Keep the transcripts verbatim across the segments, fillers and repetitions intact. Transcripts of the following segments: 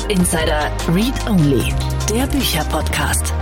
Startup Insider Read Only, der Bücher-Podcast.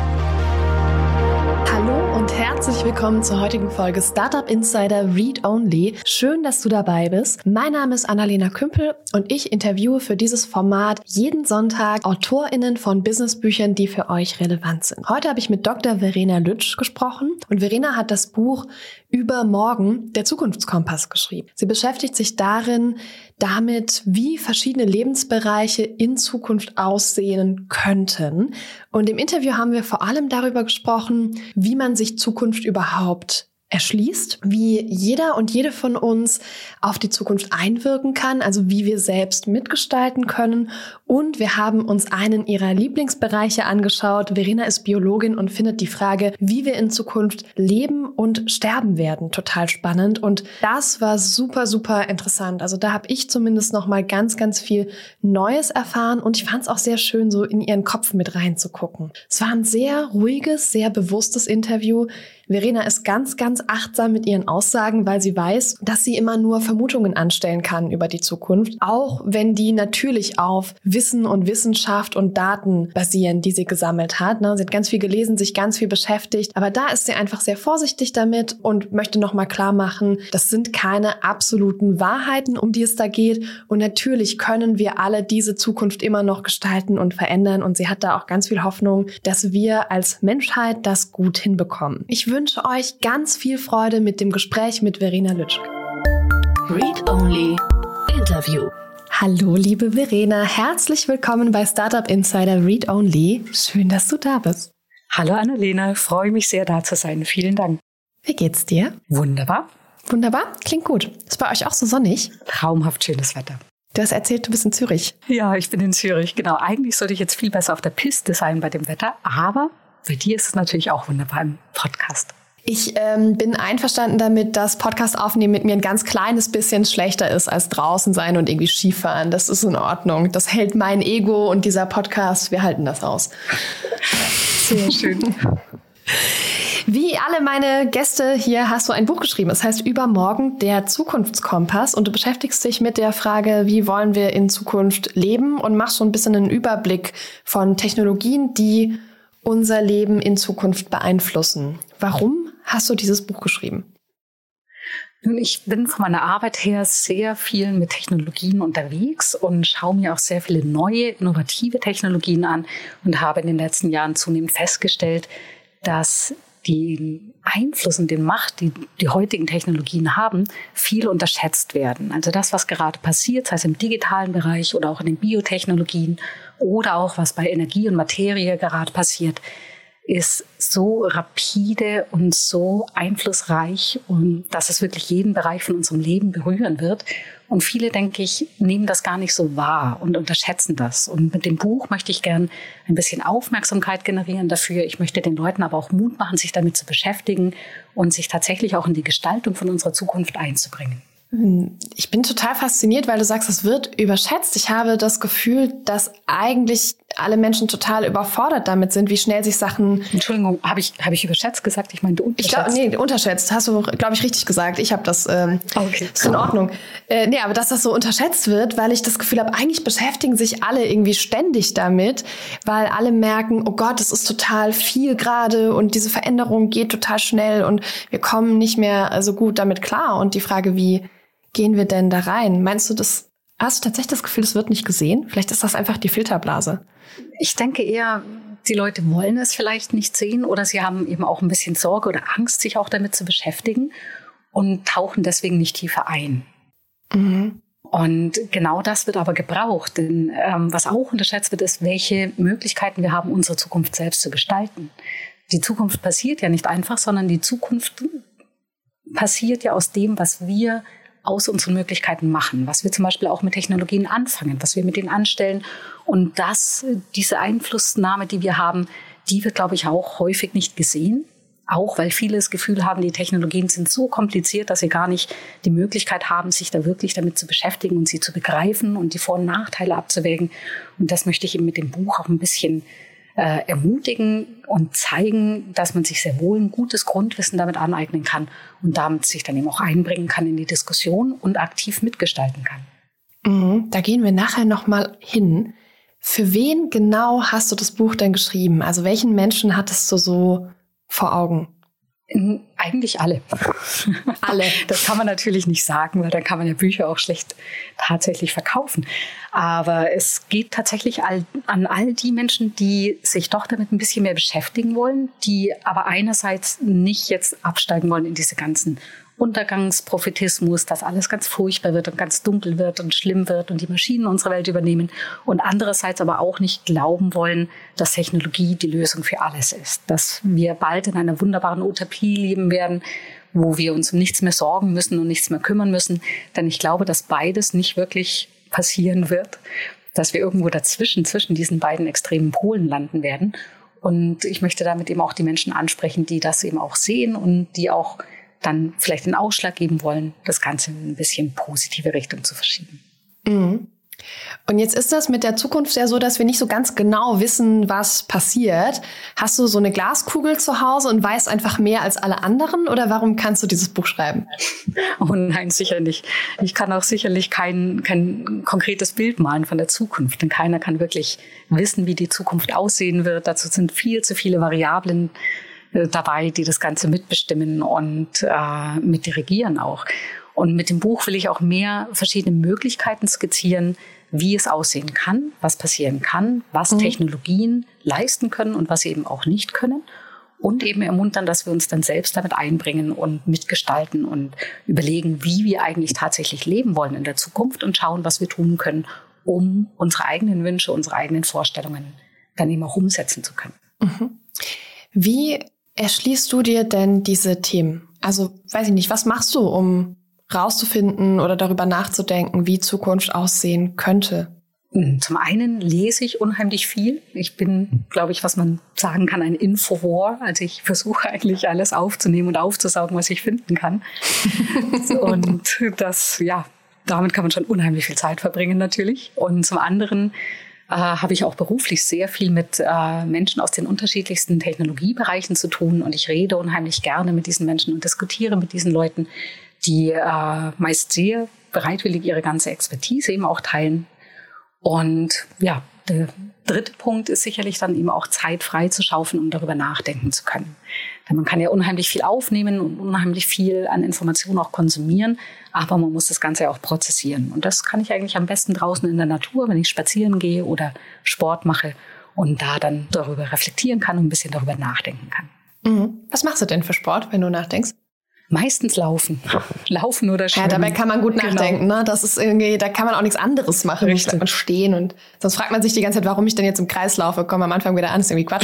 Hallo und herzlich willkommen zur heutigen Folge Startup Insider Read Only. Schön, dass du dabei bist. Mein Name ist Annalena Kümpel und ich interviewe für dieses Format jeden Sonntag AutorInnen von Businessbüchern, die für euch relevant sind. Heute habe ich mit Doktor Verena Lütsch gesprochen und Verena hat das Buch Übermorgen, der Zukunftskompass geschrieben. Sie beschäftigt sich darin damit, wie verschiedene Lebensbereiche in Zukunft aussehen könnten. Und im Interview haben wir vor allem darüber gesprochen, wie man sich Zukunft überhaupt erschließt, wie jeder und jede von uns auf die Zukunft einwirken kann, also wie wir selbst mitgestalten können. Und wir haben uns einen ihrer Lieblingsbereiche angeschaut. Verena ist Biologin und findet die Frage, wie wir in Zukunft leben und sterben werden, total spannend. Und das war super, super interessant. Also da habe ich zumindest noch mal ganz, ganz viel Neues erfahren und ich fand es auch sehr schön, so in ihren Kopf mit reinzugucken. Es war ein sehr ruhiges, sehr bewusstes Interview. Verena ist ganz, ganz achtsam mit ihren Aussagen, weil sie weiß, dass sie immer nur Vermutungen anstellen kann über die Zukunft, auch wenn die natürlich auf Wissen und Wissenschaft und Daten basieren, die sie gesammelt hat. Sie hat ganz viel gelesen, sich ganz viel beschäftigt, aber da ist sie einfach sehr vorsichtig damit und möchte nochmal klar machen, das sind keine absoluten Wahrheiten, um die es da geht. Und natürlich können wir alle diese Zukunft immer noch gestalten und verändern. Und sie hat da auch ganz viel Hoffnung, dass wir als Menschheit das gut hinbekommen. Ich wünsche euch ganz viel Freude mit dem Gespräch mit Verena Lütsch. Read Only Interview. Hallo, liebe Verena. Herzlich willkommen bei Startup Insider Read Only. Schön, dass du da bist. Hallo Annalena, freue mich sehr, da zu sein. Vielen Dank. Wie geht's dir? Wunderbar. Wunderbar? Klingt gut. Ist bei euch auch so sonnig? Traumhaft schönes Wetter. Du hast erzählt, du bist in Zürich. Ja, ich bin in Zürich, genau. Eigentlich sollte ich jetzt viel besser auf der Piste sein bei dem Wetter, aber bei dir ist es natürlich auch wunderbar im Podcast. Ich ähm, bin einverstanden damit, dass Podcast aufnehmen mit mir ein ganz kleines bisschen schlechter ist als draußen sein und irgendwie Skifahren. Das ist in Ordnung. Das hält mein Ego und dieser Podcast, wir halten das aus. Sehr schön. Wie alle meine Gäste hier hast du ein Buch geschrieben. Es heißt Übermorgen, der Zukunftskompass. Und du beschäftigst dich mit der Frage, wie wollen wir in Zukunft leben und machst so ein bisschen einen Überblick von Technologien, die unser Leben in Zukunft beeinflussen. Warum hast du dieses Buch geschrieben? Nun, ich bin von meiner Arbeit her sehr viel mit Technologien unterwegs und schaue mir auch sehr viele neue, innovative Technologien an und habe in den letzten Jahren zunehmend festgestellt, dass den Einfluss und den Macht, die die heutigen Technologien haben, viel unterschätzt werden. Also das, was gerade passiert, sei es im digitalen Bereich oder auch in den Biotechnologien oder auch was bei Energie und Materie gerade passiert, ist so rapide und so einflussreich und dass es wirklich jeden Bereich von unserem Leben berühren wird. Und viele, denke ich, nehmen das gar nicht so wahr und unterschätzen das. Und mit dem Buch möchte ich gern ein bisschen Aufmerksamkeit generieren dafür. Ich möchte den Leuten aber auch Mut machen, sich damit zu beschäftigen und sich tatsächlich auch in die Gestaltung von unserer Zukunft einzubringen. Ich bin total fasziniert, weil du sagst, es wird überschätzt. Ich habe das Gefühl, dass eigentlich alle Menschen total überfordert damit sind, wie schnell sich Sachen... Entschuldigung, habe ich, habe ich überschätzt gesagt? Ich meinte unterschätzt. Ich glaube, nee, unterschätzt. Hast du, glaube ich, richtig gesagt. Ich habe das... Ähm, okay. Ist in Ordnung. Äh, nee, aber dass das so unterschätzt wird, weil ich das Gefühl habe, eigentlich beschäftigen sich alle irgendwie ständig damit, weil alle merken, oh Gott, es ist total viel gerade und diese Veränderung geht total schnell und wir kommen nicht mehr so gut damit klar. Und die Frage, wie gehen wir denn da rein? Meinst du, das hast du tatsächlich das Gefühl, es wird nicht gesehen? Vielleicht ist das einfach die Filterblase. Ich denke eher, die Leute wollen es vielleicht nicht sehen oder sie haben eben auch ein bisschen Sorge oder Angst, sich auch damit zu beschäftigen und tauchen deswegen nicht tiefer ein. Mhm. Und genau das wird aber gebraucht. Denn ähm, was auch unterschätzt wird, ist, welche Möglichkeiten wir haben, unsere Zukunft selbst zu gestalten. Die Zukunft passiert ja nicht einfach, sondern die Zukunft passiert ja aus dem, was wir aus unseren Möglichkeiten machen, was wir zum Beispiel auch mit Technologien anfangen, was wir mit denen anstellen. Und das, diese Einflussnahme, die wir haben, die wird, glaube ich, auch häufig nicht gesehen. Auch weil viele das Gefühl haben, die Technologien sind so kompliziert, dass sie gar nicht die Möglichkeit haben, sich da wirklich damit zu beschäftigen und sie zu begreifen und die Vor- und Nachteile abzuwägen. Und das möchte ich eben mit dem Buch auch ein bisschen äh, ermutigen und zeigen, dass man sich sehr wohl ein gutes Grundwissen damit aneignen kann und damit sich dann eben auch einbringen kann in die Diskussion und aktiv mitgestalten kann. Mhm, da gehen wir nachher noch mal hin. Für wen genau hast du das Buch denn geschrieben? Also welchen Menschen hattest du so vor Augen? Eigentlich alle. Alle. Das kann man natürlich nicht sagen, weil dann kann man ja Bücher auch schlecht tatsächlich verkaufen. Aber es geht tatsächlich all, an all die Menschen, die sich doch damit ein bisschen mehr beschäftigen wollen, die aber einerseits nicht jetzt absteigen wollen in diese ganzen Untergangsprophetismus, dass alles ganz furchtbar wird und ganz dunkel wird und schlimm wird und die Maschinen unsere Welt übernehmen, und andererseits aber auch nicht glauben wollen, dass Technologie die Lösung für alles ist. Dass wir bald in einer wunderbaren Utopie leben werden, wo wir uns um nichts mehr sorgen müssen und nichts mehr kümmern müssen. Denn ich glaube, dass beides nicht wirklich passieren wird, dass wir irgendwo dazwischen, zwischen diesen beiden extremen Polen landen werden. Und ich möchte damit eben auch die Menschen ansprechen, die das eben auch sehen und die auch dann vielleicht den Ausschlag geben wollen, das Ganze in ein bisschen positive Richtung zu verschieben. Mhm. Und jetzt ist das mit der Zukunft ja so, dass wir nicht so ganz genau wissen, was passiert. Hast du so eine Glaskugel zu Hause und weißt einfach mehr als alle anderen? Oder warum kannst du dieses Buch schreiben? Oh nein, sicher nicht. Ich kann auch sicherlich kein, kein konkretes Bild malen von der Zukunft. Denn keiner kann wirklich wissen, wie die Zukunft aussehen wird. Dazu sind viel zu viele Variablen dabei, die das Ganze mitbestimmen und äh, mitdirigieren auch. Und mit dem Buch will ich auch mehr verschiedene Möglichkeiten skizzieren, wie es aussehen kann, was passieren kann, was mhm. Technologien leisten können und was sie eben auch nicht können. Und eben ermuntern, dass wir uns dann selbst damit einbringen und mitgestalten und überlegen, wie wir eigentlich tatsächlich leben wollen in der Zukunft und schauen, was wir tun können, um unsere eigenen Wünsche, unsere eigenen Vorstellungen dann eben auch umsetzen zu können. Mhm. Wie erschließt du dir denn diese Themen? Also, weiß ich nicht, was machst du, um rauszufinden oder darüber nachzudenken, wie Zukunft aussehen könnte? Zum einen lese ich unheimlich viel. Ich bin, glaube ich, was man sagen kann, ein Infowar. Also ich versuche eigentlich alles aufzunehmen und aufzusaugen, was ich finden kann. Und das, ja, damit kann man schon unheimlich viel Zeit verbringen natürlich. Und zum anderen äh, habe ich auch beruflich sehr viel mit äh, Menschen aus den unterschiedlichsten Technologiebereichen zu tun. Und ich rede unheimlich gerne mit diesen Menschen und diskutiere mit diesen Leuten, die äh, meist sehr bereitwillig ihre ganze Expertise eben auch teilen. Und ja, der dritte Punkt ist sicherlich dann eben auch Zeit frei zu schaufeln, um darüber nachdenken zu können. Denn man kann ja unheimlich viel aufnehmen und unheimlich viel an Informationen auch konsumieren, aber man muss das Ganze ja auch prozessieren. Und das kann ich eigentlich am besten draußen in der Natur, wenn ich spazieren gehe oder Sport mache und da dann darüber reflektieren kann und ein bisschen darüber nachdenken kann. Mhm. Was machst du denn für Sport, wenn du nachdenkst? Meistens laufen. Laufen oder schwimmen. Ja, dabei kann man gut nachdenken, genau. Ne? Das ist irgendwie, da kann man auch nichts anderes machen. Richtig. Man stehen und sonst fragt man sich die ganze Zeit, warum ich denn jetzt im Kreis laufe. Komm am Anfang wieder an, ist irgendwie Quatsch.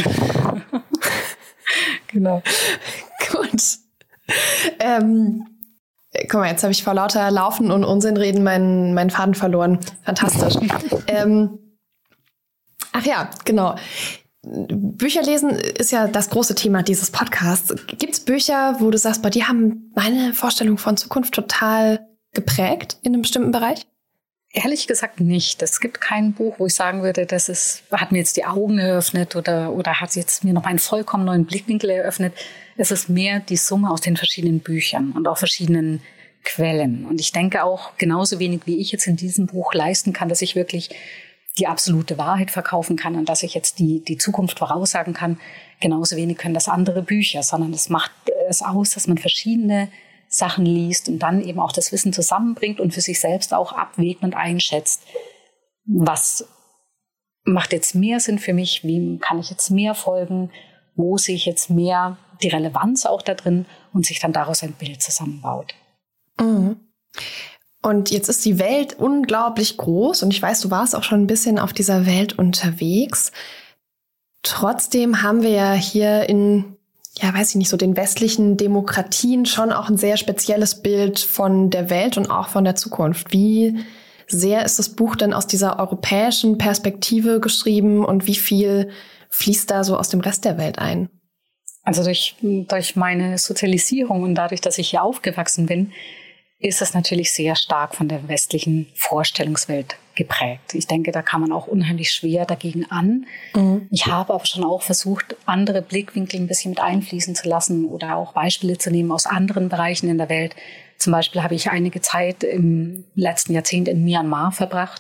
Genau. Gut. Ähm, guck mal, jetzt habe ich vor lauter Laufen und Unsinn reden meinen, meinen Faden verloren. Fantastisch. ähm, ach ja, genau. Bücher lesen ist ja das große Thema dieses Podcasts. Gibt es Bücher, wo du sagst, bei die haben meine Vorstellung von Zukunft total geprägt in einem bestimmten Bereich? Ehrlich gesagt nicht. Es gibt kein Buch, wo ich sagen würde, das ist, hat mir jetzt die Augen eröffnet oder, oder hat jetzt mir noch einen vollkommen neuen Blickwinkel eröffnet. Es ist mehr die Summe aus den verschiedenen Büchern und auch verschiedenen Quellen. Und ich denke auch genauso wenig, wie ich jetzt in diesem Buch leisten kann, dass ich wirklich die absolute Wahrheit verkaufen kann und dass ich jetzt die, die Zukunft voraussagen kann. Genauso wenig können das andere Bücher, sondern es macht es aus, dass man verschiedene Sachen liest und dann eben auch das Wissen zusammenbringt und für sich selbst auch abwägt und einschätzt, was macht jetzt mehr Sinn für mich, wem kann ich jetzt mehr folgen, wo sehe ich jetzt mehr die Relevanz auch da drin und sich dann daraus ein Bild zusammenbaut. Mhm. Und jetzt ist die Welt unglaublich groß und ich weiß, du warst auch schon ein bisschen auf dieser Welt unterwegs. Trotzdem haben wir ja hier in, ja, weiß ich nicht, so den westlichen Demokratien schon auch ein sehr spezielles Bild von der Welt und auch von der Zukunft. Wie sehr ist das Buch denn aus dieser europäischen Perspektive geschrieben und wie viel fließt da so aus dem Rest der Welt ein? Also durch, durch meine Sozialisierung und dadurch, dass ich hier aufgewachsen bin, ist es natürlich sehr stark von der westlichen Vorstellungswelt geprägt. Ich denke, da kann man auch unheimlich schwer dagegen an. Mhm. Ich habe aber schon auch versucht, andere Blickwinkel ein bisschen mit einfließen zu lassen oder auch Beispiele zu nehmen aus anderen Bereichen in der Welt. Zum Beispiel habe ich einige Zeit im letzten Jahrzehnt in Myanmar verbracht,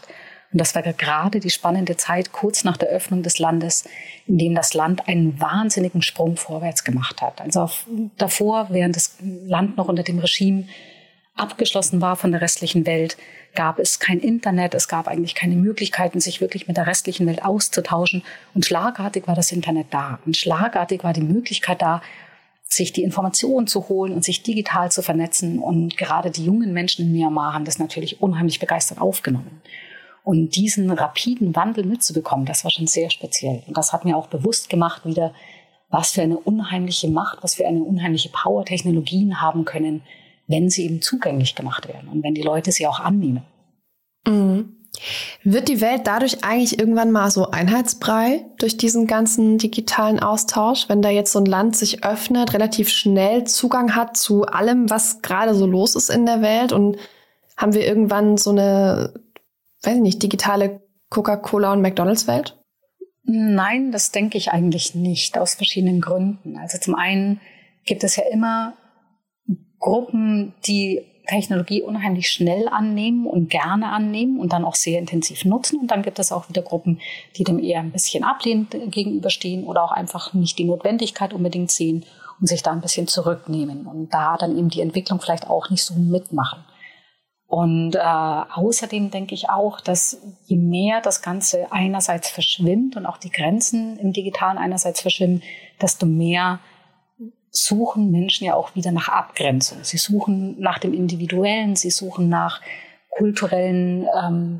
Und das war gerade die spannende Zeit kurz nach der Öffnung des Landes, in dem das Land einen wahnsinnigen Sprung vorwärts gemacht hat. Also auf, davor, während das Land noch unter dem Regime abgeschlossen war von der restlichen Welt, gab es kein Internet, es gab eigentlich keine Möglichkeiten, sich wirklich mit der restlichen Welt auszutauschen. Und schlagartig war das Internet da. Und schlagartig war die Möglichkeit da, sich die Informationen zu holen und sich digital zu vernetzen. Und gerade die jungen Menschen in Myanmar haben das natürlich unheimlich begeistert aufgenommen. Und diesen rapiden Wandel mitzubekommen, das war schon sehr speziell. Und das hat mir auch bewusst gemacht wieder, was für eine unheimliche Macht, was für eine unheimliche Power Technologien haben können, wenn sie eben zugänglich gemacht werden und wenn die Leute sie auch annehmen. Mhm. Wird die Welt dadurch eigentlich irgendwann mal so einheitsbrei durch diesen ganzen digitalen Austausch, wenn da jetzt so ein Land sich öffnet, relativ schnell Zugang hat zu allem, was gerade so los ist in der Welt, und haben wir irgendwann so eine, weiß ich nicht, digitale Coca-Cola- und McDonalds-Welt? Nein, das denke ich eigentlich nicht, aus verschiedenen Gründen. Also zum einen gibt es ja immer Gruppen, die Technologie unheimlich schnell annehmen und gerne annehmen und dann auch sehr intensiv nutzen. Und dann gibt es auch wieder Gruppen, die dem eher ein bisschen ablehnend gegenüberstehen oder auch einfach nicht die Notwendigkeit unbedingt sehen und sich da ein bisschen zurücknehmen und da dann eben die Entwicklung vielleicht auch nicht so mitmachen. Und äh, außerdem denke ich auch, dass je mehr das Ganze einerseits verschwimmt und auch die Grenzen im Digitalen einerseits verschwimmen, desto mehr suchen Menschen ja auch wieder nach Abgrenzung. Sie suchen nach dem Individuellen, sie suchen nach kulturellen ähm,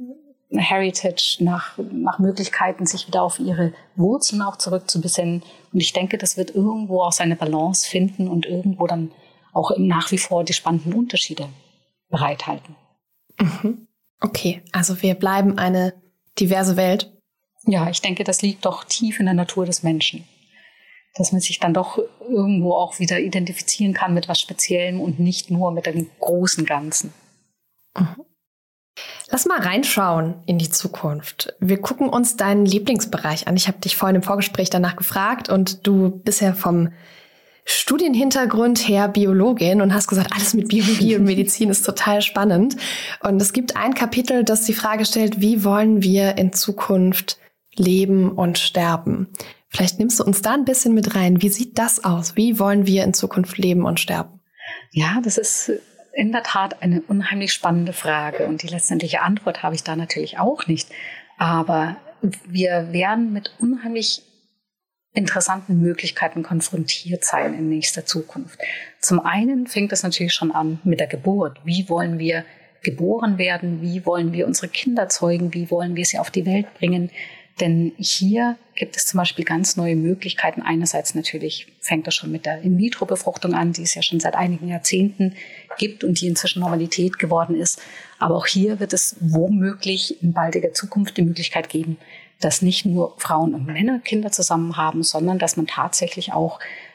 Heritage, nach, nach Möglichkeiten, sich wieder auf ihre Wurzeln auch zurückzubesinnen. Und ich denke, das wird irgendwo auch seine Balance finden und irgendwo dann auch nach wie vor die spannenden Unterschiede bereithalten. Mhm. Okay, also wir bleiben eine diverse Welt. Ja, ich denke, das liegt doch tief in der Natur des Menschen. Dass man sich dann doch irgendwo auch wieder identifizieren kann mit was Speziellem und nicht nur mit dem großen Ganzen. Mhm. Lass mal reinschauen in die Zukunft. Wir gucken uns deinen Lieblingsbereich an. Ich habe dich vorhin im Vorgespräch danach gefragt und du bist ja vom Studienhintergrund her Biologin und hast gesagt, alles mit Biologie und Medizin ist total spannend. Und es gibt ein Kapitel, das die Frage stellt, wie wollen wir in Zukunft leben und sterben? Vielleicht nimmst du uns da ein bisschen mit rein. Wie sieht das aus? Wie wollen wir in Zukunft leben und sterben? Ja, das ist in der Tat eine unheimlich spannende Frage. Und die letztendliche Antwort habe ich da natürlich auch nicht. Aber wir werden mit unheimlich interessanten Möglichkeiten konfrontiert sein in nächster Zukunft. Zum einen fängt es natürlich schon an mit der Geburt. Wie wollen wir geboren werden? Wie wollen wir unsere Kinder zeugen? Wie wollen wir sie auf die Welt bringen? Denn hier gibt es zum Beispiel ganz neue Möglichkeiten. Einerseits natürlich fängt das schon mit der In-vitro-Befruchtung an, die es ja schon seit einigen Jahrzehnten gibt und die inzwischen Normalität geworden ist. Aber auch hier wird es womöglich in baldiger Zukunft die Möglichkeit geben, dass nicht nur Frauen und Männer Kinder zusammen haben, sondern dass man tatsächlich auch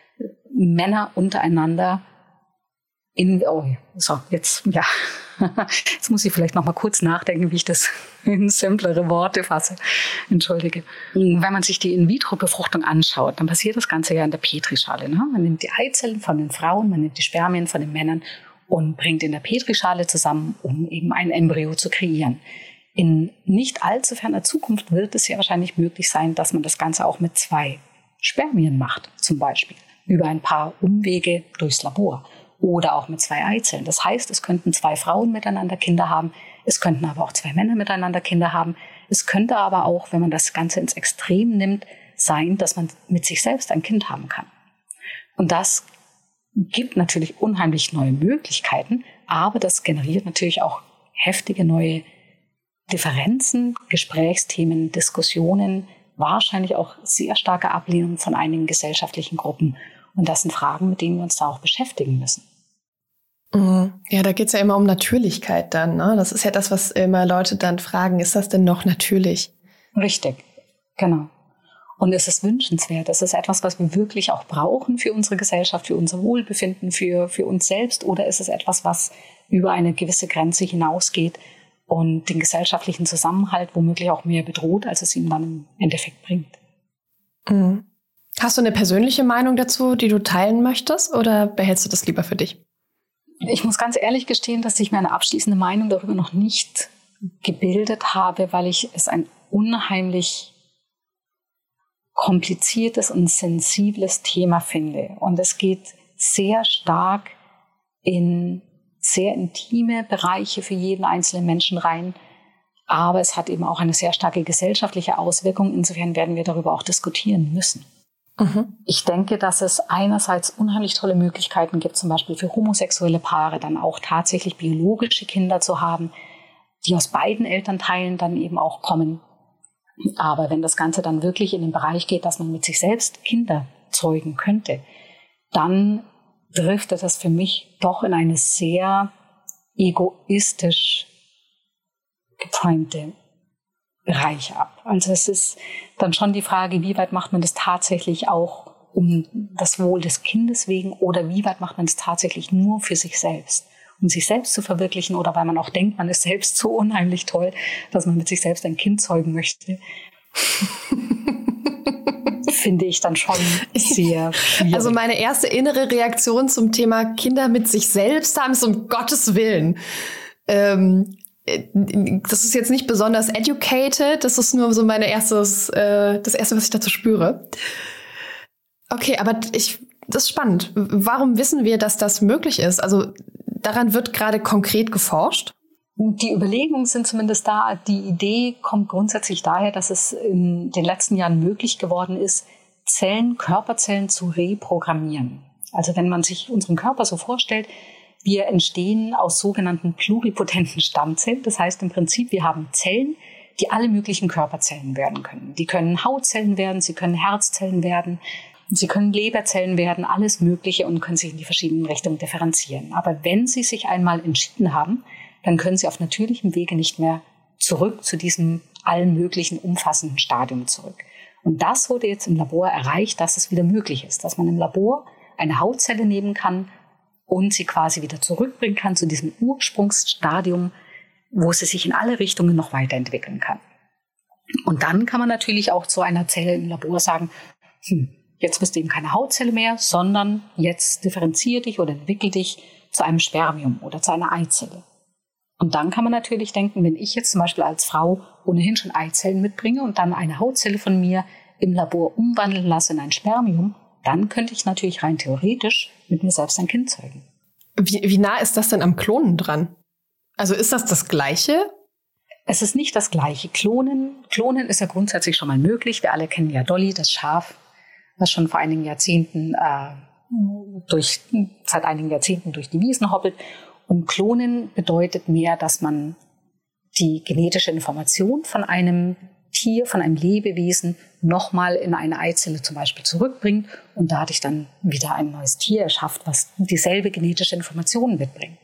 Männer untereinander in, oh, so, jetzt, ja, jetzt muss ich vielleicht noch mal kurz nachdenken, wie ich das in simplere Worte fasse. Entschuldige. Wenn man sich die In-vitro-Befruchtung anschaut, dann passiert das Ganze ja in der Petrischale. Ne? Man nimmt die Eizellen von den Frauen, man nimmt die Spermien von den Männern und bringt in der Petrischale zusammen, um eben ein Embryo zu kreieren. In nicht allzu ferner Zukunft wird es ja wahrscheinlich möglich sein, dass man das Ganze auch mit zwei Spermien macht, zum Beispiel über ein paar Umwege durchs Labor. Oder auch mit zwei Eizellen. Das heißt, es könnten zwei Frauen miteinander Kinder haben, es könnten aber auch zwei Männer miteinander Kinder haben. Es könnte aber auch, wenn man das Ganze ins Extrem nimmt, sein, dass man mit sich selbst ein Kind haben kann. Und das gibt natürlich unheimlich neue Möglichkeiten, aber das generiert natürlich auch heftige neue Differenzen, Gesprächsthemen, Diskussionen, wahrscheinlich auch sehr starke Ablehnung von einigen gesellschaftlichen Gruppen. Und das sind Fragen, mit denen wir uns da auch beschäftigen müssen. Ja, da geht es ja immer um Natürlichkeit dann. Ne? Das ist ja das, was immer Leute dann fragen, ist das denn noch natürlich? Richtig, genau. Und es ist wünschenswert. Es ist etwas, was wir wirklich auch brauchen für unsere Gesellschaft, für unser Wohlbefinden, für, für uns selbst. Oder ist es etwas, was über eine gewisse Grenze hinausgeht und den gesellschaftlichen Zusammenhalt womöglich auch mehr bedroht, als es ihm dann im Endeffekt bringt? Mhm. Hast du eine persönliche Meinung dazu, die du teilen möchtest, oder behältst du das lieber für dich? Ich muss ganz ehrlich gestehen, dass ich mir eine abschließende Meinung darüber noch nicht gebildet habe, weil ich es ein unheimlich kompliziertes und sensibles Thema finde. Und es geht sehr stark in sehr intime Bereiche für jeden einzelnen Menschen rein. Aber es hat eben auch eine sehr starke gesellschaftliche Auswirkung. Insofern werden wir darüber auch diskutieren müssen. Mhm. Ich denke, dass es einerseits unheimlich tolle Möglichkeiten gibt, zum Beispiel für homosexuelle Paare dann auch tatsächlich biologische Kinder zu haben, die aus beiden Elternteilen dann eben auch kommen. Aber wenn das Ganze dann wirklich in den Bereich geht, dass man mit sich selbst Kinder zeugen könnte, dann driftet das für mich doch in eine sehr egoistisch geprimte Bereich ab. Also es ist dann schon die Frage, wie weit macht man das tatsächlich auch um das Wohl des Kindes wegen oder wie weit macht man es tatsächlich nur für sich selbst, um sich selbst zu verwirklichen oder weil man auch denkt, man ist selbst so unheimlich toll, dass man mit sich selbst ein Kind zeugen möchte. Finde ich dann schon sehr schwierig. Also meine erste innere Reaktion zum Thema Kinder mit sich selbst haben ist um Gottes Willen. Ähm, das ist jetzt nicht besonders educated, das ist nur so meine erstes, äh, das erste, was ich dazu spüre. Okay, aber ich, das ist spannend. Warum wissen wir, dass das möglich ist? Also daran wird gerade konkret geforscht? Die Überlegungen sind zumindest da. Die Idee kommt grundsätzlich daher, dass es in den letzten Jahren möglich geworden ist, Zellen, Körperzellen zu reprogrammieren. Also wenn man sich unseren Körper so vorstellt, wir entstehen aus sogenannten pluripotenten Stammzellen. Das heißt im Prinzip, wir haben Zellen, die alle möglichen Körperzellen werden können. Die können Hautzellen werden, sie können Herzzellen werden, sie können Leberzellen werden, alles Mögliche und können sich in die verschiedenen Richtungen differenzieren. Aber wenn sie sich einmal entschieden haben, dann können sie auf natürlichem Wege nicht mehr zurück zu diesem allen möglichen umfassenden Stadium zurück. Und das wurde jetzt im Labor erreicht, dass es wieder möglich ist, dass man im Labor eine Hautzelle nehmen kann und sie quasi wieder zurückbringen kann zu diesem Ursprungsstadium, wo sie sich in alle Richtungen noch weiterentwickeln kann. Und dann kann man natürlich auch zu einer Zelle im Labor sagen, hm, jetzt bist du eben keine Hautzelle mehr, sondern jetzt differenzier dich oder entwickel dich zu einem Spermium oder zu einer Eizelle. Und dann kann man natürlich denken, wenn ich jetzt zum Beispiel als Frau ohnehin schon Eizellen mitbringe und dann eine Hautzelle von mir im Labor umwandeln lasse in ein Spermium, dann könnte ich natürlich rein theoretisch mit mir selbst ein Kind zeugen. Wie, wie nah ist das denn am Klonen dran? Also ist das das Gleiche? Es ist nicht das Gleiche. Klonen, Klonen ist ja grundsätzlich schon mal möglich. Wir alle kennen ja Dolly, das Schaf, was schon vor einigen Jahrzehnten äh, durch, seit einigen Jahrzehnten durch die Wiesen hoppelt. Und Klonen bedeutet mehr, dass man die genetische Information von einem Tier, von einem Lebewesen nochmal in eine Eizelle zum Beispiel zurückbringt und dadurch dann wieder ein neues Tier erschafft, was dieselbe genetische Information mitbringt.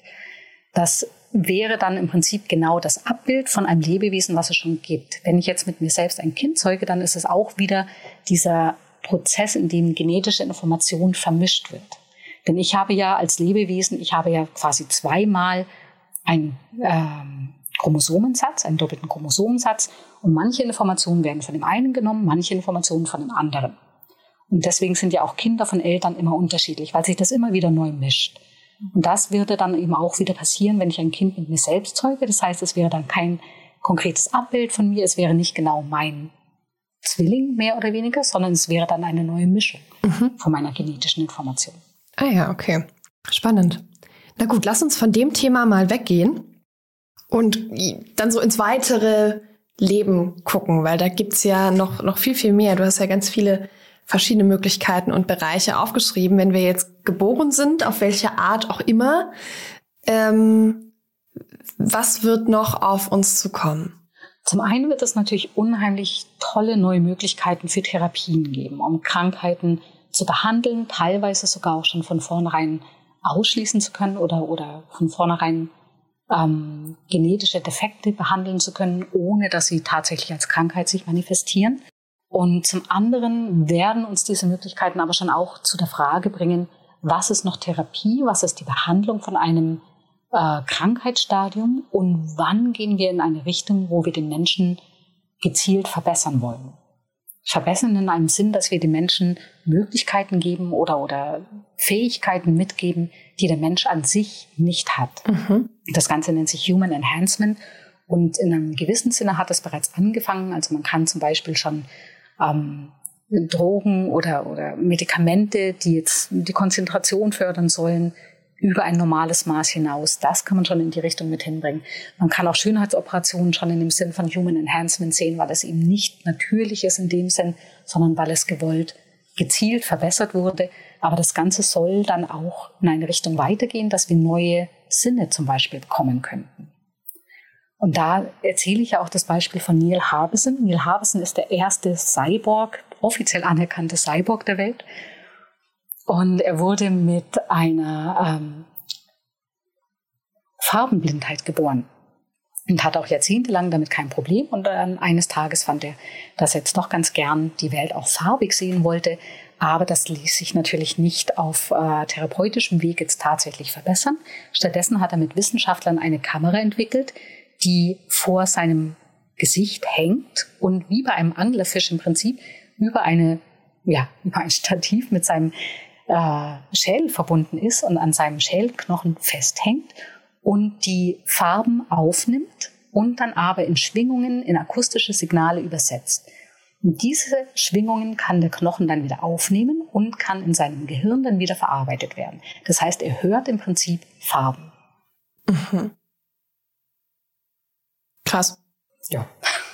Das wäre dann im Prinzip genau das Abbild von einem Lebewesen, was es schon gibt. Wenn ich jetzt mit mir selbst ein Kind zeuge, dann ist es auch wieder dieser Prozess, in dem genetische Information vermischt wird. Denn ich habe ja als Lebewesen, ich habe ja quasi zweimal einen ähm, Chromosomensatz, einen doppelten Chromosomensatz. Und manche Informationen werden von dem einen genommen, manche Informationen von dem anderen. Und deswegen sind ja auch Kinder von Eltern immer unterschiedlich, weil sich das immer wieder neu mischt. Und das würde dann eben auch wieder passieren, wenn ich ein Kind mit mir selbst zeuge. Das heißt, es wäre dann kein konkretes Abbild von mir, es wäre nicht genau mein Zwilling mehr oder weniger, sondern es wäre dann eine neue Mischung mhm. von meiner genetischen Information. Ah ja, okay. Spannend. Na gut, lass uns von dem Thema mal weggehen und dann so ins weitere Leben gucken, weil da gibt's ja noch, noch viel, viel mehr. Du hast ja ganz viele verschiedene Möglichkeiten und Bereiche aufgeschrieben. Wenn wir jetzt geboren sind, auf welche Art auch immer, ähm, was wird noch auf uns zukommen? Zum einen wird es natürlich unheimlich tolle neue Möglichkeiten für Therapien geben, um Krankheiten zu behandeln, teilweise sogar auch schon von vornherein ausschließen zu können oder, oder von vornherein ähm, genetische Defekte behandeln zu können, ohne dass sie tatsächlich als Krankheit sich manifestieren. Und zum anderen werden uns diese Möglichkeiten aber schon auch zu der Frage bringen, was ist noch Therapie, was ist die Behandlung von einem äh, Krankheitsstadium und wann gehen wir in eine Richtung, wo wir den Menschen gezielt verbessern wollen. Verbessern in einem Sinn, dass wir den Menschen Möglichkeiten geben oder, oder Fähigkeiten mitgeben, die der Mensch an sich nicht hat. Mhm. Das Ganze nennt sich Human Enhancement. Und in einem gewissen Sinne hat es bereits angefangen. Also man kann zum Beispiel schon ähm, Drogen oder, oder Medikamente, die jetzt die Konzentration fördern sollen, über ein normales Maß hinaus. Das kann man schon in die Richtung mit hinbringen. Man kann auch Schönheitsoperationen schon in dem Sinn von Human Enhancement sehen, weil es eben nicht natürlich ist in dem Sinn, sondern weil es gewollt, gezielt verbessert wurde. Aber das Ganze soll dann auch in eine Richtung weitergehen, dass wir neue Sinne zum Beispiel bekommen könnten. Und da erzähle ich ja auch das Beispiel von Neil Harbisson. Neil Harbisson ist der erste Cyborg, offiziell anerkannte Cyborg der Welt. Und er wurde mit einer ähm, Farbenblindheit geboren und hat auch jahrzehntelang damit kein Problem. Und dann eines Tages fand er, dass er jetzt doch ganz gern die Welt auch farbig sehen wollte. Aber das ließ sich natürlich nicht auf äh, therapeutischem Weg jetzt tatsächlich verbessern. Stattdessen hat er mit Wissenschaftlern eine Kamera entwickelt, die vor seinem Gesicht hängt und wie bei einem Anglerfisch im Prinzip über eine, ja, über ein Stativ mit seinem äh, Schädel verbunden ist und an seinem Schädelknochen festhängt und die Farben aufnimmt und dann aber in Schwingungen, in akustische Signale übersetzt. Und diese Schwingungen kann der Knochen dann wieder aufnehmen und kann in seinem Gehirn dann wieder verarbeitet werden. Das heißt, er hört im Prinzip Farben. Mhm. Krass. Ja.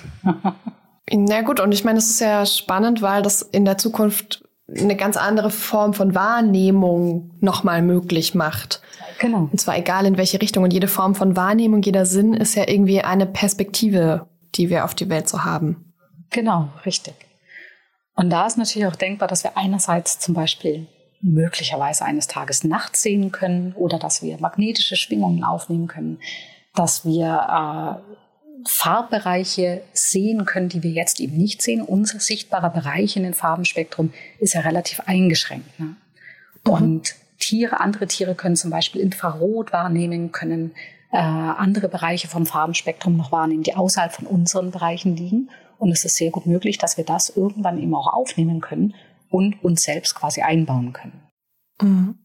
Na gut, und ich meine, es ist ja spannend, weil das in der Zukunft eine ganz andere Form von Wahrnehmung nochmal möglich macht. Genau. Und zwar egal in welche Richtung. Und jede Form von Wahrnehmung, jeder Sinn ist ja irgendwie eine Perspektive, die wir auf die Welt so haben. Genau, richtig. Und da ist natürlich auch denkbar, dass wir einerseits zum Beispiel möglicherweise eines Tages nachts sehen können oder dass wir magnetische Schwingungen aufnehmen können, dass wir äh, Farbbereiche sehen können, die wir jetzt eben nicht sehen. Unser sichtbarer Bereich in dem Farbenspektrum ist ja relativ eingeschränkt. Ne? Mhm. Und Tiere, andere Tiere können zum Beispiel Infrarot wahrnehmen, können äh, andere Bereiche vom Farbenspektrum noch wahrnehmen, die außerhalb von unseren Bereichen liegen. Und es ist sehr gut möglich, dass wir das irgendwann eben auch aufnehmen können und uns selbst quasi einbauen können. Mhm.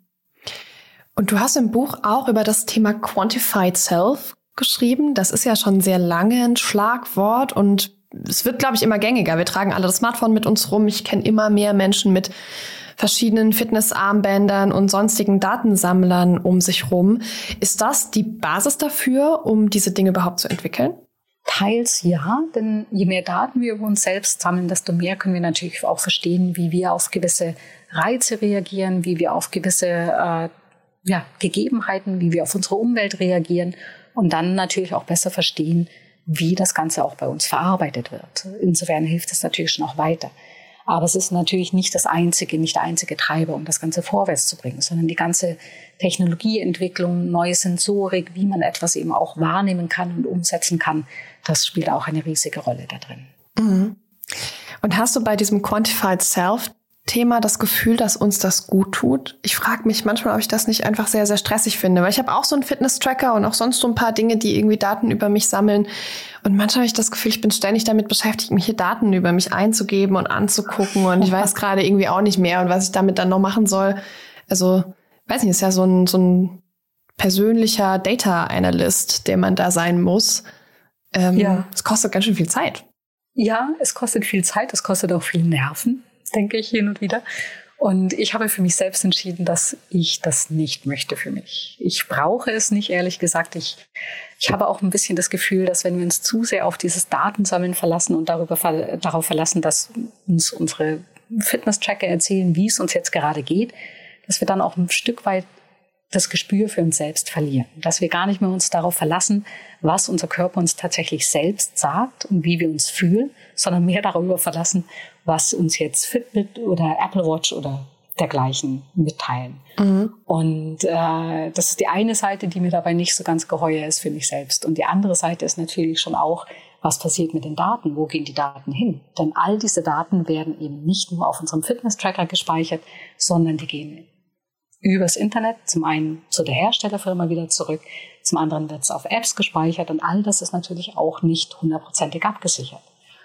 Und du hast im Buch auch über das Thema Quantified Self geschrieben. Das ist ja schon sehr lange ein Schlagwort und es wird, glaube ich, immer gängiger. Wir tragen alle das Smartphone mit uns rum. Ich kenne immer mehr Menschen mit verschiedenen Fitnessarmbändern und sonstigen Datensammlern um sich rum. Ist das die Basis dafür, um diese Dinge überhaupt zu entwickeln? Teils ja, denn je mehr Daten wir über uns selbst sammeln, desto mehr können wir natürlich auch verstehen, wie wir auf gewisse Reize reagieren, wie wir auf gewisse äh, ja, Gegebenheiten, wie wir auf unsere Umwelt reagieren und dann natürlich auch besser verstehen, wie das Ganze auch bei uns verarbeitet wird. Insofern hilft es natürlich schon auch weiter. Aber es ist natürlich nicht das einzige, nicht der einzige Treiber, um das Ganze vorwärts zu bringen, sondern die ganze Technologieentwicklung, neue Sensorik, wie man etwas eben auch wahrnehmen kann und umsetzen kann, das spielt auch eine riesige Rolle da drin. Mhm. Und hast du bei diesem Quantified Self-Thema das Gefühl, dass uns das gut tut? Ich frage mich manchmal, ob ich das nicht einfach sehr, sehr stressig finde, weil ich habe auch so einen Fitness-Tracker und auch sonst so ein paar Dinge, die irgendwie Daten über mich sammeln. Und manchmal habe ich das Gefühl, ich bin ständig damit beschäftigt, mich hier Daten über mich einzugeben und anzugucken. Und ich weiß gerade irgendwie auch nicht mehr und was ich damit dann noch machen soll. Also, weiß nicht, ist ja so ein, so ein persönlicher Data Analyst, der man da sein muss. Ähm, ja. Es kostet ganz schön viel Zeit. Ja, es kostet viel Zeit, es kostet auch viel Nerven, denke ich, hin und wieder. Und ich habe für mich selbst entschieden, dass ich das nicht möchte für mich. Ich brauche es nicht, ehrlich gesagt. Ich, ich habe auch ein bisschen das Gefühl, dass wenn wir uns zu sehr auf dieses Datensammeln verlassen und darüber, darauf verlassen, dass uns unsere Fitness-Tracker erzählen, wie es uns jetzt gerade geht, dass wir dann auch ein Stück weit das Gespür für uns selbst verlieren. Dass wir gar nicht mehr uns darauf verlassen, was unser Körper uns tatsächlich selbst sagt und wie wir uns fühlen, sondern mehr darüber verlassen, was uns jetzt Fitbit oder Apple Watch oder dergleichen mitteilen. Mhm. Und äh, das ist die eine Seite, die mir dabei nicht so ganz geheuer ist für mich selbst. Und die andere Seite ist natürlich schon auch, was passiert mit den Daten? Wo gehen die Daten hin? Denn all diese Daten werden eben nicht nur auf unserem Fitness-Tracker gespeichert, sondern die gehen übers Internet, zum einen zu der Herstellerfirma wieder zurück, zum anderen wird es auf Apps gespeichert und all das ist natürlich auch nicht hundertprozentig abgesichert.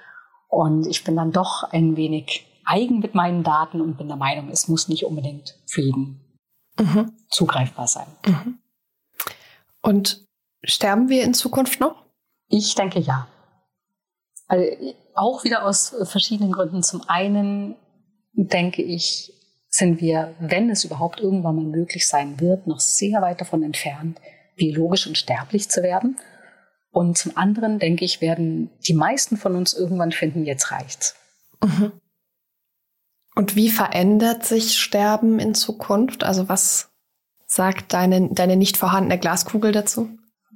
Und ich bin dann doch ein wenig eigen mit meinen Daten und bin der Meinung, es muss nicht unbedingt für jeden mhm. zugreifbar sein. Mhm. Und sterben wir in Zukunft noch? Ich denke ja. Also auch wieder aus verschiedenen Gründen. Zum einen denke ich, sind wir, wenn es überhaupt irgendwann mal möglich sein wird, noch sehr weit davon entfernt, biologisch unsterblich zu werden. Und zum anderen, denke ich, werden die meisten von uns irgendwann finden, jetzt reicht's. Mhm. Und wie verändert sich Sterben in Zukunft? Also was sagt deine, deine nicht vorhandene Glaskugel dazu?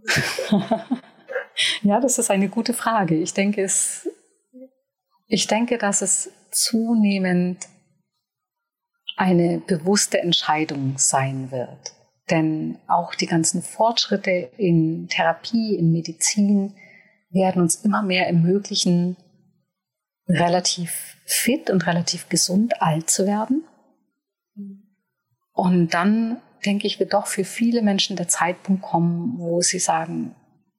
Ja, das ist eine gute Frage. Ich denke, es, ich denke, dass es zunehmend eine bewusste Entscheidung sein wird. Denn auch die ganzen Fortschritte in Therapie, in Medizin werden uns immer mehr ermöglichen, relativ fit und relativ gesund alt zu werden. Und dann, denke ich, wird doch für viele Menschen der Zeitpunkt kommen, wo sie sagen,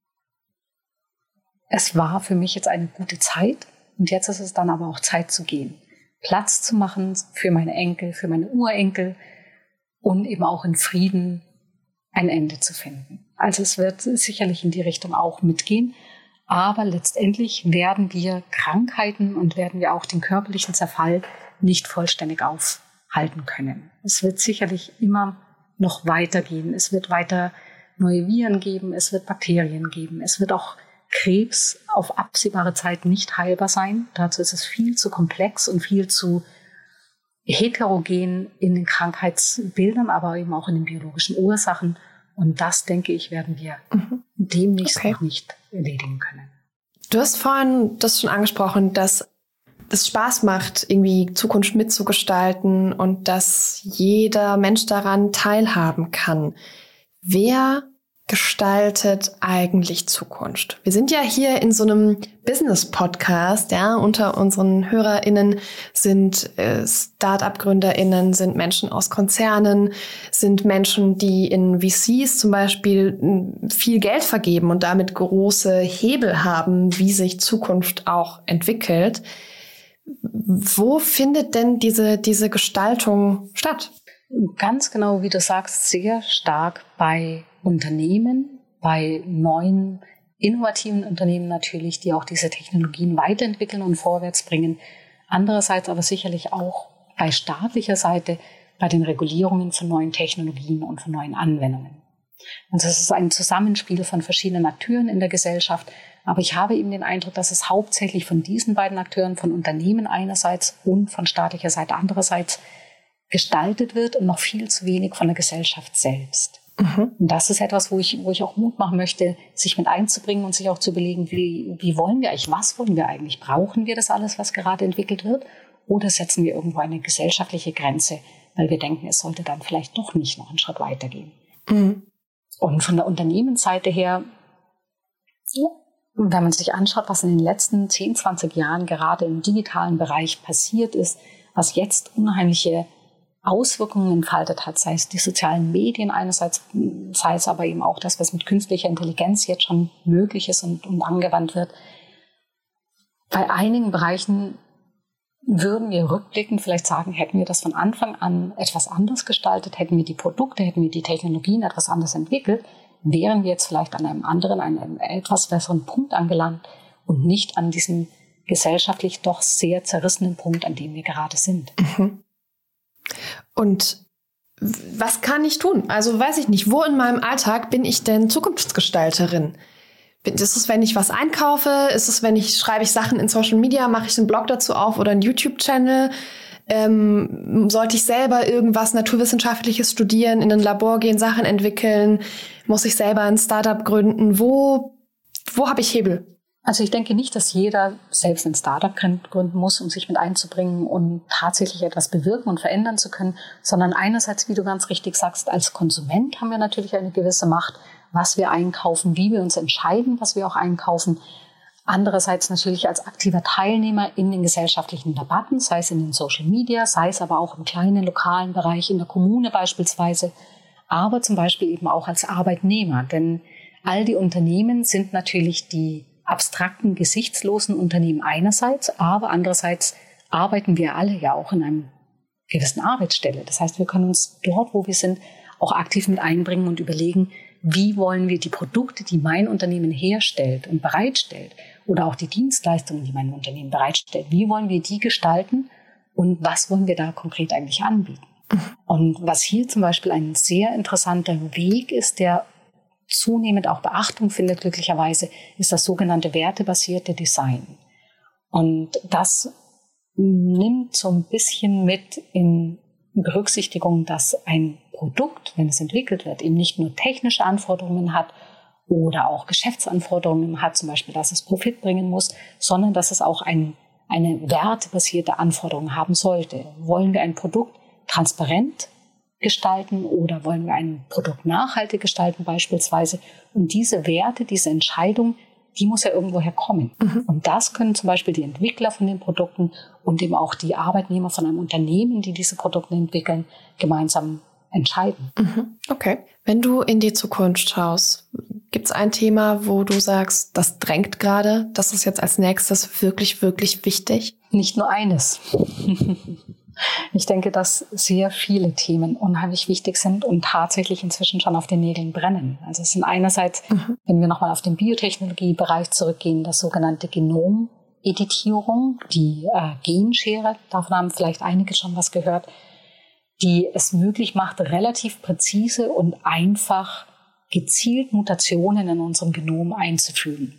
es war für mich jetzt eine gute Zeit und jetzt ist es dann aber auch Zeit zu gehen. Platz zu machen für meine Enkel, für meine Urenkel und eben auch in Frieden ein Ende zu finden. Also es wird sicherlich in die Richtung auch mitgehen, aber letztendlich werden wir Krankheiten und werden wir auch den körperlichen Zerfall nicht vollständig aufhalten können. Es wird sicherlich immer noch weitergehen. Es wird weiter neue Viren geben, es wird Bakterien geben, es wird auch Krebs auf absehbare Zeit nicht heilbar sein. Dazu ist es viel zu komplex und viel zu heterogen in den Krankheitsbildern, aber eben auch in den biologischen Ursachen. Und das, denke ich, werden wir mhm. demnächst okay. noch nicht erledigen können. Du hast vorhin das schon angesprochen, dass es Spaß macht, irgendwie Zukunft mitzugestalten und dass jeder Mensch daran teilhaben kann. Wer gestaltet eigentlich Zukunft? Wir sind ja hier in so einem Business-Podcast, ja, unter unseren HörerInnen sind äh, Start-up-GründerInnen, sind Menschen aus Konzernen, sind Menschen, die in V Cs zum Beispiel viel Geld vergeben und damit große Hebel haben, wie sich Zukunft auch entwickelt. Wo findet denn diese, diese Gestaltung statt? Ganz genau, wie du sagst, sehr stark bei Unternehmen, bei neuen, innovativen Unternehmen natürlich, die auch diese Technologien weiterentwickeln und vorwärts bringen. Andererseits aber sicherlich auch bei staatlicher Seite, bei den Regulierungen von neuen Technologien und von neuen Anwendungen. Und das ist ein Zusammenspiel von verschiedenen Akteuren in der Gesellschaft. Aber ich habe eben den Eindruck, dass es hauptsächlich von diesen beiden Akteuren, von Unternehmen einerseits und von staatlicher Seite andererseits, gestaltet wird und noch viel zu wenig von der Gesellschaft selbst. Mhm. Und das ist etwas, wo ich, wo ich auch Mut machen möchte, sich mit einzubringen und sich auch zu überlegen, wie, wie wollen wir eigentlich, was wollen wir eigentlich? Brauchen wir das alles, was gerade entwickelt wird? Oder setzen wir irgendwo eine gesellschaftliche Grenze, weil wir denken, es sollte dann vielleicht doch nicht noch einen Schritt weitergehen? Mhm. Und von der Unternehmensseite her, wenn man sich anschaut, was in den letzten zehn, zwanzig Jahren gerade im digitalen Bereich passiert ist, was jetzt unheimliche Auswirkungen entfaltet hat, sei es die sozialen Medien einerseits, sei es aber eben auch das, was mit künstlicher Intelligenz jetzt schon möglich ist und, und angewandt wird. Bei einigen Bereichen würden wir rückblickend vielleicht sagen, hätten wir das von Anfang an etwas anders gestaltet, hätten wir die Produkte, hätten wir die Technologien etwas anders entwickelt, wären wir jetzt vielleicht an einem anderen, einem etwas besseren Punkt angelangt und nicht an diesem gesellschaftlich doch sehr zerrissenen Punkt, an dem wir gerade sind. Mhm. Und was kann ich tun? Also weiß ich nicht, wo in meinem Alltag bin ich denn Zukunftsgestalterin? Ist es, wenn ich was einkaufe? Ist es, wenn ich schreibe ich Sachen in Social Media, mache ich einen Blog dazu auf oder einen YouTube-Channel? Ähm, sollte ich selber irgendwas Naturwissenschaftliches studieren, in ein Labor gehen, Sachen entwickeln? Muss ich selber ein Startup gründen? Wo, wo habe ich Hebel? Also ich denke nicht, dass jeder selbst ein Startup gründen muss, um sich mit einzubringen und tatsächlich etwas bewirken und verändern zu können, sondern einerseits, wie du ganz richtig sagst, als Konsument haben wir natürlich eine gewisse Macht, was wir einkaufen, wie wir uns entscheiden, was wir auch einkaufen. Andererseits natürlich als aktiver Teilnehmer in den gesellschaftlichen Debatten, sei es in den Social Media, sei es aber auch im kleinen lokalen Bereich, in der Kommune beispielsweise, aber zum Beispiel eben auch als Arbeitnehmer. Denn all die Unternehmen sind natürlich die abstrakten, gesichtslosen Unternehmen einerseits, aber andererseits arbeiten wir alle ja auch in einer gewissen Arbeitsstelle. Das heißt, wir können uns dort, wo wir sind, auch aktiv mit einbringen und überlegen, wie wollen wir die Produkte, die mein Unternehmen herstellt und bereitstellt, oder auch die Dienstleistungen, die mein Unternehmen bereitstellt, wie wollen wir die gestalten und was wollen wir da konkret eigentlich anbieten? Mhm. Und was hier zum Beispiel ein sehr interessanter Weg ist, der zunehmend auch Beachtung findet, glücklicherweise, ist das sogenannte wertebasierte Design. Und das nimmt so ein bisschen mit in Berücksichtigung, dass ein Produkt, wenn es entwickelt wird, eben nicht nur technische Anforderungen hat oder auch Geschäftsanforderungen hat, zum Beispiel, dass es Profit bringen muss, sondern dass es auch ein, eine wertebasierte Anforderung haben sollte. Wollen wir ein Produkt transparent gestalten oder wollen wir ein Produkt nachhaltig gestalten beispielsweise? Und diese Werte, diese Entscheidung, die muss ja irgendwoher kommen. Mhm. Und das können zum Beispiel die Entwickler von den Produkten und eben auch die Arbeitnehmer von einem Unternehmen, die diese Produkte entwickeln, gemeinsam entscheiden. Mhm. Okay. Wenn du in die Zukunft schaust, gibt es ein Thema, wo du sagst, das drängt gerade, das ist jetzt als nächstes wirklich, wirklich wichtig? Nicht nur eines. Ich denke, dass sehr viele Themen unheimlich wichtig sind und tatsächlich inzwischen schon auf den Nägeln brennen. Also es sind einerseits, mhm. wenn wir nochmal auf den Biotechnologiebereich zurückgehen, das sogenannte Genomeditierung, die äh, Genschere, davon haben vielleicht einige schon was gehört, die es möglich macht, relativ präzise und einfach gezielt Mutationen in unserem Genom einzufügen.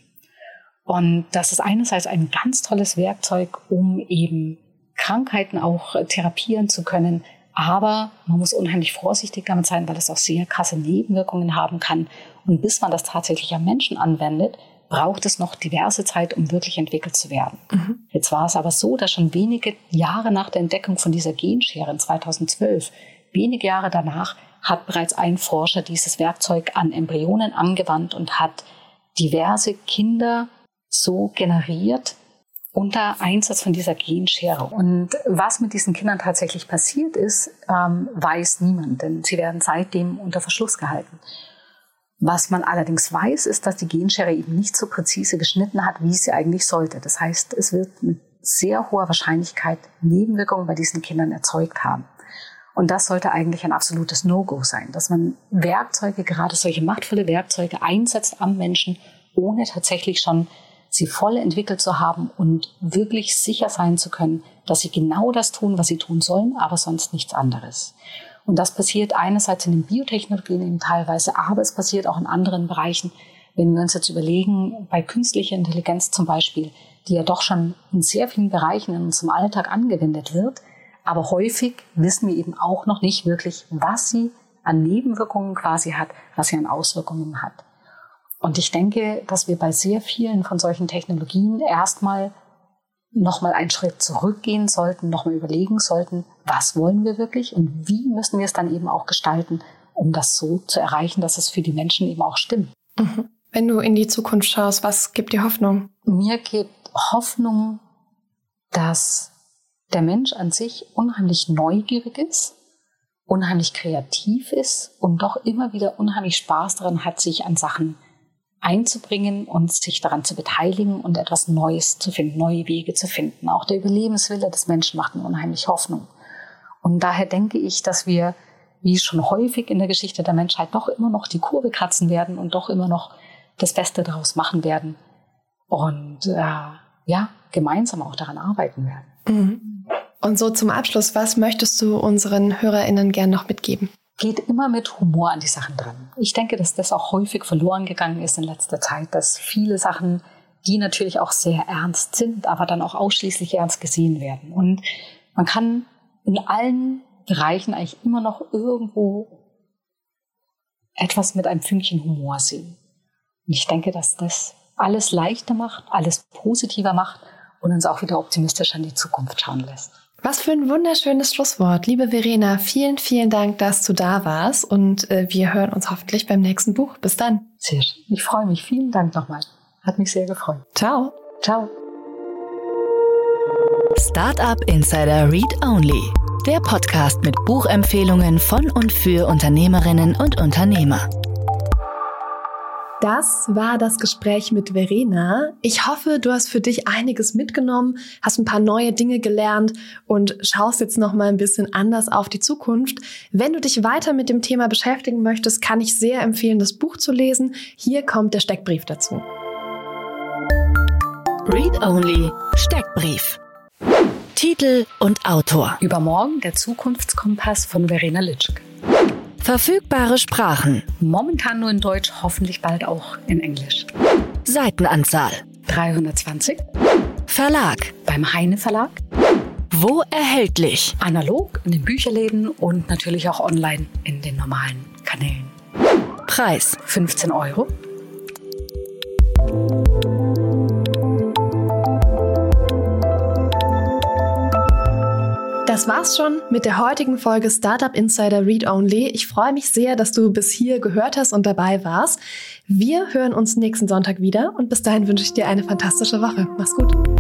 Und das ist einerseits ein ganz tolles Werkzeug, um eben Krankheiten auch therapieren zu können. Aber man muss unheimlich vorsichtig damit sein, weil es auch sehr krasse Nebenwirkungen haben kann. Und bis man das tatsächlich am Menschen anwendet, braucht es noch diverse Zeit, um wirklich entwickelt zu werden. Mhm. Jetzt war es aber so, dass schon wenige Jahre nach der Entdeckung von dieser Genschere in zweitausendzwölf, wenige Jahre danach, hat bereits ein Forscher dieses Werkzeug an Embryonen angewandt und hat diverse Kinder so generiert unter Einsatz von dieser Genschere. Und was mit diesen Kindern tatsächlich passiert ist, ähm, weiß niemand, denn sie werden seitdem unter Verschluss gehalten. Was man allerdings weiß, ist, dass die Genschere eben nicht so präzise geschnitten hat, wie sie eigentlich sollte. Das heißt, es wird mit sehr hoher Wahrscheinlichkeit Nebenwirkungen bei diesen Kindern erzeugt haben. Und das sollte eigentlich ein absolutes No-Go sein, dass man Werkzeuge, gerade solche machtvolle Werkzeuge einsetzt am Menschen, ohne tatsächlich schon sie voll entwickelt zu haben und wirklich sicher sein zu können, dass sie genau das tun, was sie tun sollen, aber sonst nichts anderes. Und das passiert einerseits in den Biotechnologien eben teilweise, aber es passiert auch in anderen Bereichen. Wenn wir uns jetzt überlegen, bei künstlicher Intelligenz zum Beispiel, die ja doch schon in sehr vielen Bereichen in unserem Alltag angewendet wird, aber häufig wissen wir eben auch noch nicht wirklich, was sie an Nebenwirkungen quasi hat, was sie an Auswirkungen hat. Und ich denke, dass wir bei sehr vielen von solchen Technologien erstmal nochmal einen Schritt zurückgehen sollten, nochmal überlegen sollten, was wollen wir wirklich und wie müssen wir es dann eben auch gestalten, um das so zu erreichen, dass es für die Menschen eben auch stimmt. Mhm. Wenn du in die Zukunft schaust, was gibt dir Hoffnung? Mir gibt Hoffnung, dass der Mensch an sich unheimlich neugierig ist, unheimlich kreativ ist und doch immer wieder unheimlich Spaß daran hat, sich an Sachen einzubringen und sich daran zu beteiligen und etwas Neues zu finden, neue Wege zu finden. Auch der Überlebenswille des Menschen macht mir unheimlich Hoffnung. Und daher denke ich, dass wir, wie schon häufig in der Geschichte der Menschheit, doch immer noch die Kurve kratzen werden und doch immer noch das Beste daraus machen werden und äh, ja, gemeinsam auch daran arbeiten werden. Mhm. Und so zum Abschluss, was möchtest du unseren HörerInnen gern noch mitgeben? Geht immer mit Humor an die Sachen dran. Ich denke, dass das auch häufig verloren gegangen ist in letzter Zeit, dass viele Sachen, die natürlich auch sehr ernst sind, aber dann auch ausschließlich ernst gesehen werden. Und man kann in allen Bereichen eigentlich immer noch irgendwo etwas mit einem Fünkchen Humor sehen. Und ich denke, dass das alles leichter macht, alles positiver macht und uns auch wieder optimistisch an die Zukunft schauen lässt. Was für ein wunderschönes Schlusswort. Liebe Verena, vielen, vielen Dank, dass du da warst und äh, wir hören uns hoffentlich beim nächsten Buch. Bis dann. Sehr schön. Ich freue mich. Vielen Dank nochmal. Hat mich sehr gefreut. Ciao. Ciao. Startup Insider Read Only. Der Podcast mit Buchempfehlungen von und für Unternehmerinnen und Unternehmer. Das war das Gespräch mit Verena. Ich hoffe, du hast für dich einiges mitgenommen, hast ein paar neue Dinge gelernt und schaust jetzt noch mal ein bisschen anders auf die Zukunft. Wenn du dich weiter mit dem Thema beschäftigen möchtest, kann ich sehr empfehlen, das Buch zu lesen. Hier kommt der Steckbrief dazu. Read Only Steckbrief. Titel und Autor. Übermorgen der Zukunftskompass von Verena Litschke. Verfügbare Sprachen. Momentan nur in Deutsch, hoffentlich bald auch in Englisch. Seitenanzahl. dreihundertzwanzig. Verlag. Beim Heine Verlag. Wo erhältlich? Analog in den Bücherläden und natürlich auch online in den normalen Kanälen. Preis. fünfzehn Euro. Das war's schon mit der heutigen Folge Startup Insider Read Only. Ich freue mich sehr, dass du bis hier gehört hast und dabei warst. Wir hören uns nächsten Sonntag wieder und bis dahin wünsche ich dir eine fantastische Woche. Mach's gut.